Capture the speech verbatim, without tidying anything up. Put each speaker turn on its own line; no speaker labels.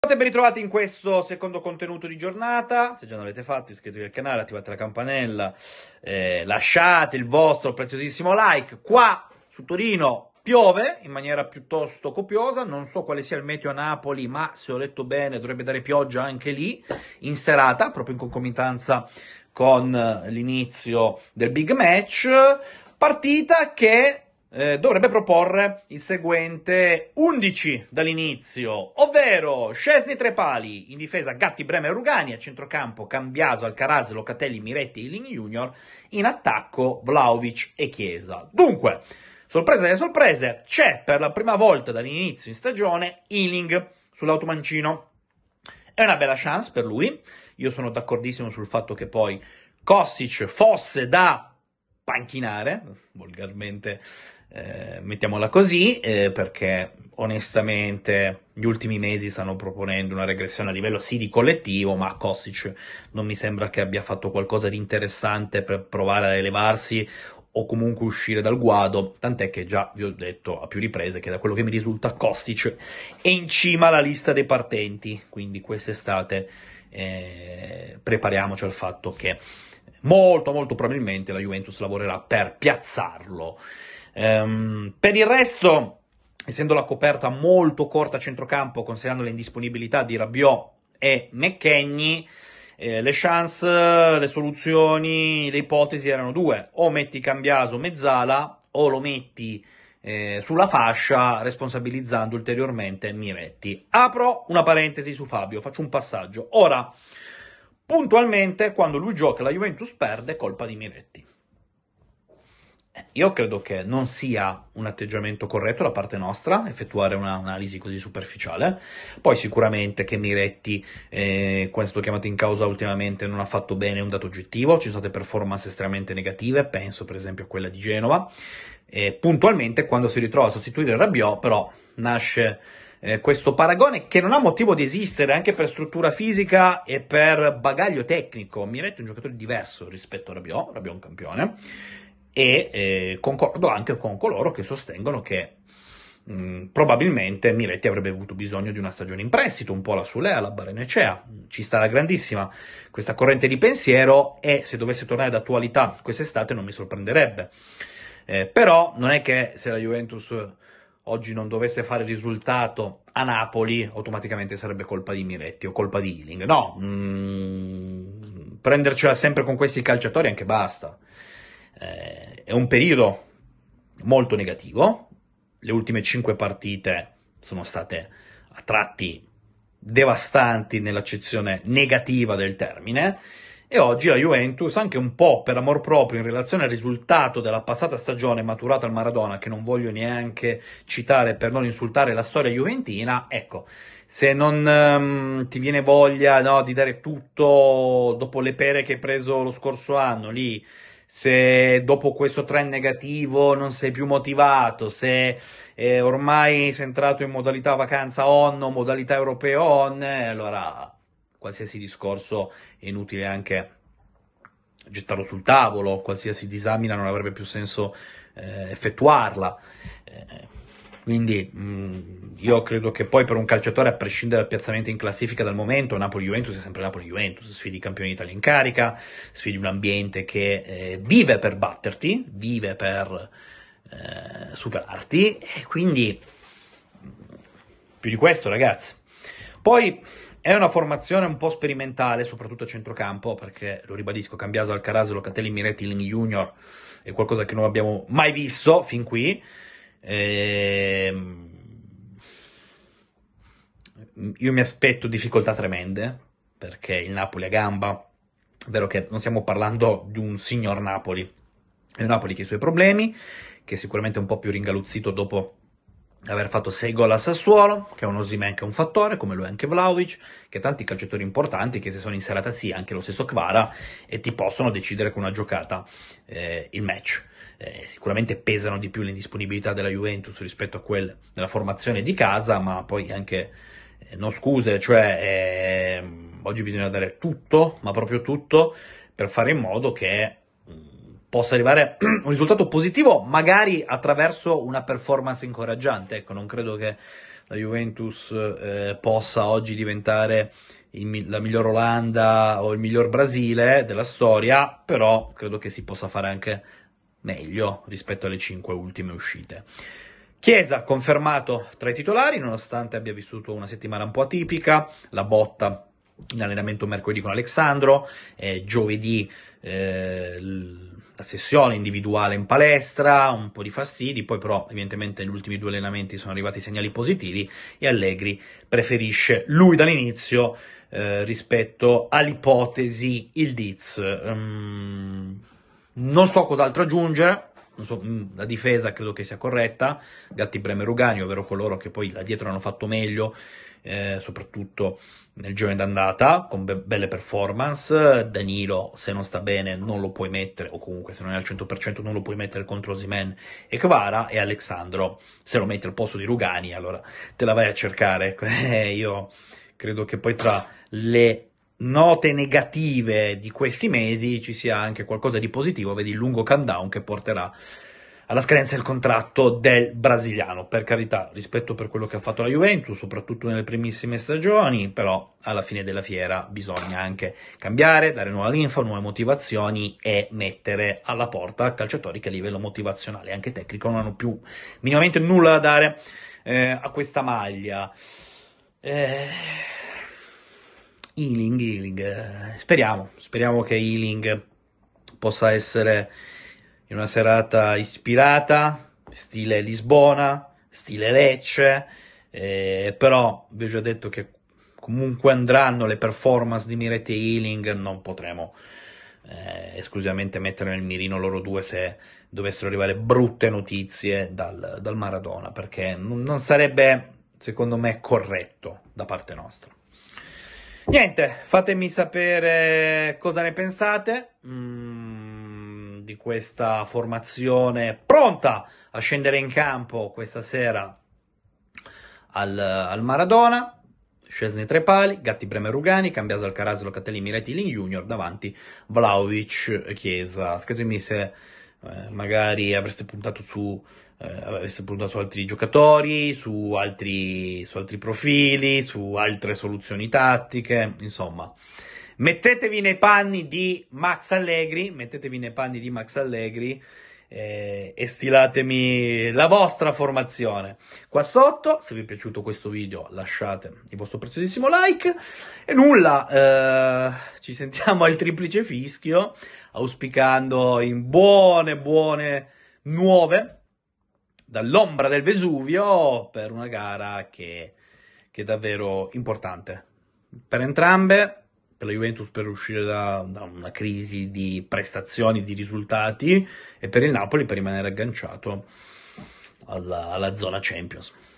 Ben ritrovati in questo secondo contenuto di giornata. Se già non l'avete fatto, iscrivetevi al canale, attivate la campanella, eh, lasciate il vostro preziosissimo like. Qua su Torino piove in maniera piuttosto copiosa, non so quale sia il meteo a Napoli, ma se ho letto bene dovrebbe dare pioggia anche lì in serata, proprio in concomitanza con l'inizio del big match. Partita che Eh, dovrebbe proporre il seguente undici dall'inizio, ovvero Szczesny tre pali, in difesa Gatti, Bremer, Rugani, a centrocampo Cambiaso, Alcaraz, Locatelli, Miretti e Iling Junior, in attacco Vlahovic e Chiesa. Dunque, sorpresa delle sorprese, c'è per la prima volta dall'inizio in stagione Iling sull'automancino. È una bella chance per lui, io sono d'accordissimo sul fatto che poi Kostic fosse da panchinare, volgarmente eh, mettiamola così, eh, perché onestamente gli ultimi mesi stanno proponendo una regressione a livello sì di collettivo, ma Kostic non mi sembra che abbia fatto qualcosa di interessante per provare a elevarsi o comunque uscire dal guado, tant'è che già vi ho detto a più riprese che da quello che mi risulta Kostic è in cima alla lista dei partenti, quindi quest'estate eh, prepariamoci al fatto che molto molto probabilmente la Juventus lavorerà per piazzarlo. Um, per il resto, essendo la coperta molto corta a centrocampo, considerando le indisponibilità di Rabiot e McKennie, eh, le chance, le soluzioni, le ipotesi erano due: o metti Cambiaso mezzala o lo metti eh, sulla fascia responsabilizzando ulteriormente Miretti. Apro una parentesi su Fabio, faccio un passaggio. Ora, puntualmente, quando lui gioca la Juventus perde, colpa di Miretti. Io credo che non sia un atteggiamento corretto da parte nostra effettuare un'analisi così superficiale. Poi sicuramente che Miretti, eh, quando è stato chiamato in causa ultimamente, non ha fatto bene, è un dato oggettivo, ci sono state performance estremamente negative, penso per esempio a quella di Genova. Eh, puntualmente, quando si ritrova a sostituire Rabiot, però nasce eh, questo paragone che non ha motivo di esistere anche per struttura fisica e per bagaglio tecnico. Miretti è un giocatore diverso rispetto a Rabiot, Rabiot è un campione, e eh, concordo anche con coloro che sostengono che mh, probabilmente Miretti avrebbe avuto bisogno di una stagione in prestito, un po' la Sule, la Barrenechea. Ci sta la grandissima questa corrente di pensiero e se dovesse tornare d'attualità quest'estate non mi sorprenderebbe. Eh, però non è che se la Juventus oggi non dovesse fare risultato a Napoli automaticamente sarebbe colpa di Miretti o colpa di Iling. No, mm, prendercela sempre con questi calciatori anche basta. Eh, è un periodo molto negativo, le ultime cinque partite sono state a tratti devastanti nell'accezione negativa del termine, e oggi la Juventus, anche un po' per amor proprio in relazione al risultato della passata stagione maturato al Maradona, che non voglio neanche citare per non insultare la storia juventina, ecco, se non um, ti viene voglia, no, di dare tutto dopo le pere che hai preso lo scorso anno lì, se dopo questo trend negativo non sei più motivato, se eh, ormai sei entrato in modalità vacanza on o modalità europeo on, eh, allora qualsiasi discorso è inutile anche gettarlo sul tavolo, qualsiasi disamina non avrebbe più senso eh, effettuarla. Eh, quindi mh, io credo che poi per un calciatore, a prescindere dal piazzamento in classifica dal momento, Napoli-Juventus è sempre Napoli-Juventus, sfidi i campioni d'Italia in carica, sfidi un ambiente che eh, vive per batterti, vive per eh, superarti, e quindi più di questo, ragazzi. Poi è una formazione un po' sperimentale, soprattutto a centrocampo, perché, lo ribadisco, Cambiaso, Alcaraz, Locatelli, Miretti, Iling Junior è qualcosa che non abbiamo mai visto fin qui. Ehm... Io mi aspetto difficoltà tremende, perché il Napoli a gamba, è vero che non stiamo parlando di un signor Napoli, è un Napoli che ha i suoi problemi, che è sicuramente un po' più ringaluzzito dopo aver fatto sei gol a Sassuolo, che è un Osimhen che è un fattore, come lo è anche Vlahovic, che ha tanti calciatori importanti che se sono in serata sì, anche lo stesso Kvara, e ti possono decidere con una giocata eh, il match. Eh, sicuramente pesano di più le indisponibilità della Juventus rispetto a quelle della formazione di casa, ma poi anche, eh, no scuse, cioè eh, oggi bisogna dare tutto, ma proprio tutto, per fare in modo che possa arrivare un risultato positivo, magari attraverso una performance incoraggiante. Ecco, non credo che la Juventus eh, possa oggi diventare il, la miglior Olanda o il miglior Brasile della storia, però credo che si possa fare anche meglio rispetto alle cinque ultime uscite. Chiesa confermato tra i titolari, nonostante abbia vissuto una settimana un po' atipica, la botta in allenamento mercoledì con Alexandro, eh, giovedì eh, la sessione individuale in palestra, un po' di fastidi, poi però evidentemente negli ultimi due allenamenti sono arrivati segnali positivi e Allegri preferisce lui dall'inizio eh, rispetto all'ipotesi il Diz. Um, non so cos'altro aggiungere. Non so, la difesa credo che sia corretta, Gatti, Bremer, Rugani, ovvero coloro che poi là dietro hanno fatto meglio, eh, soprattutto nel girone d'andata, con be- belle performance. Danilo, se non sta bene, non lo puoi mettere, o comunque se non è al cento per cento non lo puoi mettere contro Osimhen e Kvara, e Alexandro, se lo metti al posto di Rugani, allora te la vai a cercare. Io credo che poi tra le note negative di questi mesi ci sia anche qualcosa di positivo, vedi il lungo countdown che porterà alla scadenza del contratto del brasiliano. Per carità, rispetto per quello che ha fatto la Juventus, soprattutto nelle primissime stagioni, però alla fine della fiera bisogna anche cambiare, dare nuova linfa, nuove motivazioni e mettere alla porta calciatori che a livello motivazionale e anche tecnico non hanno più minimamente nulla da dare eh, a questa maglia. Eh... Ealing, Ealing, speriamo, speriamo che Ealing possa essere in una serata ispirata, stile Lisbona, stile Lecce, eh, però vi ho già detto che comunque andranno le performance di Miretti e Ealing, non potremo eh, esclusivamente mettere nel mirino loro due se dovessero arrivare brutte notizie dal, dal Maradona, perché non, non sarebbe, secondo me, corretto da parte nostra. Niente, fatemi sapere cosa ne pensate mm, di questa formazione pronta a scendere in campo questa sera al, al Maradona. Scesni tra i pali, Gatti, Bremer, Rugani, Cambiaso, Alcaraz, Locatelli, Miretti, Ealing Junior, davanti Vlahovic, Chiesa. Scrivetemi se eh, magari avreste puntato su eh, avreste puntato su altri giocatori, su altri, su altri profili, su altre soluzioni tattiche, insomma. Mettetevi nei panni di Max Allegri, mettetevi nei panni di Max Allegri eh, e stilatemi la vostra formazione qua sotto. Se vi è piaciuto questo video lasciate il vostro preziosissimo like e nulla, eh, ci sentiamo al triplice fischio, auspicando in buone buone nuove dall'ombra del Vesuvio per una gara che, che è davvero importante per entrambe, per la Juventus per uscire da, da una crisi di prestazioni, di risultati, e per il Napoli per rimanere agganciato alla, alla zona Champions.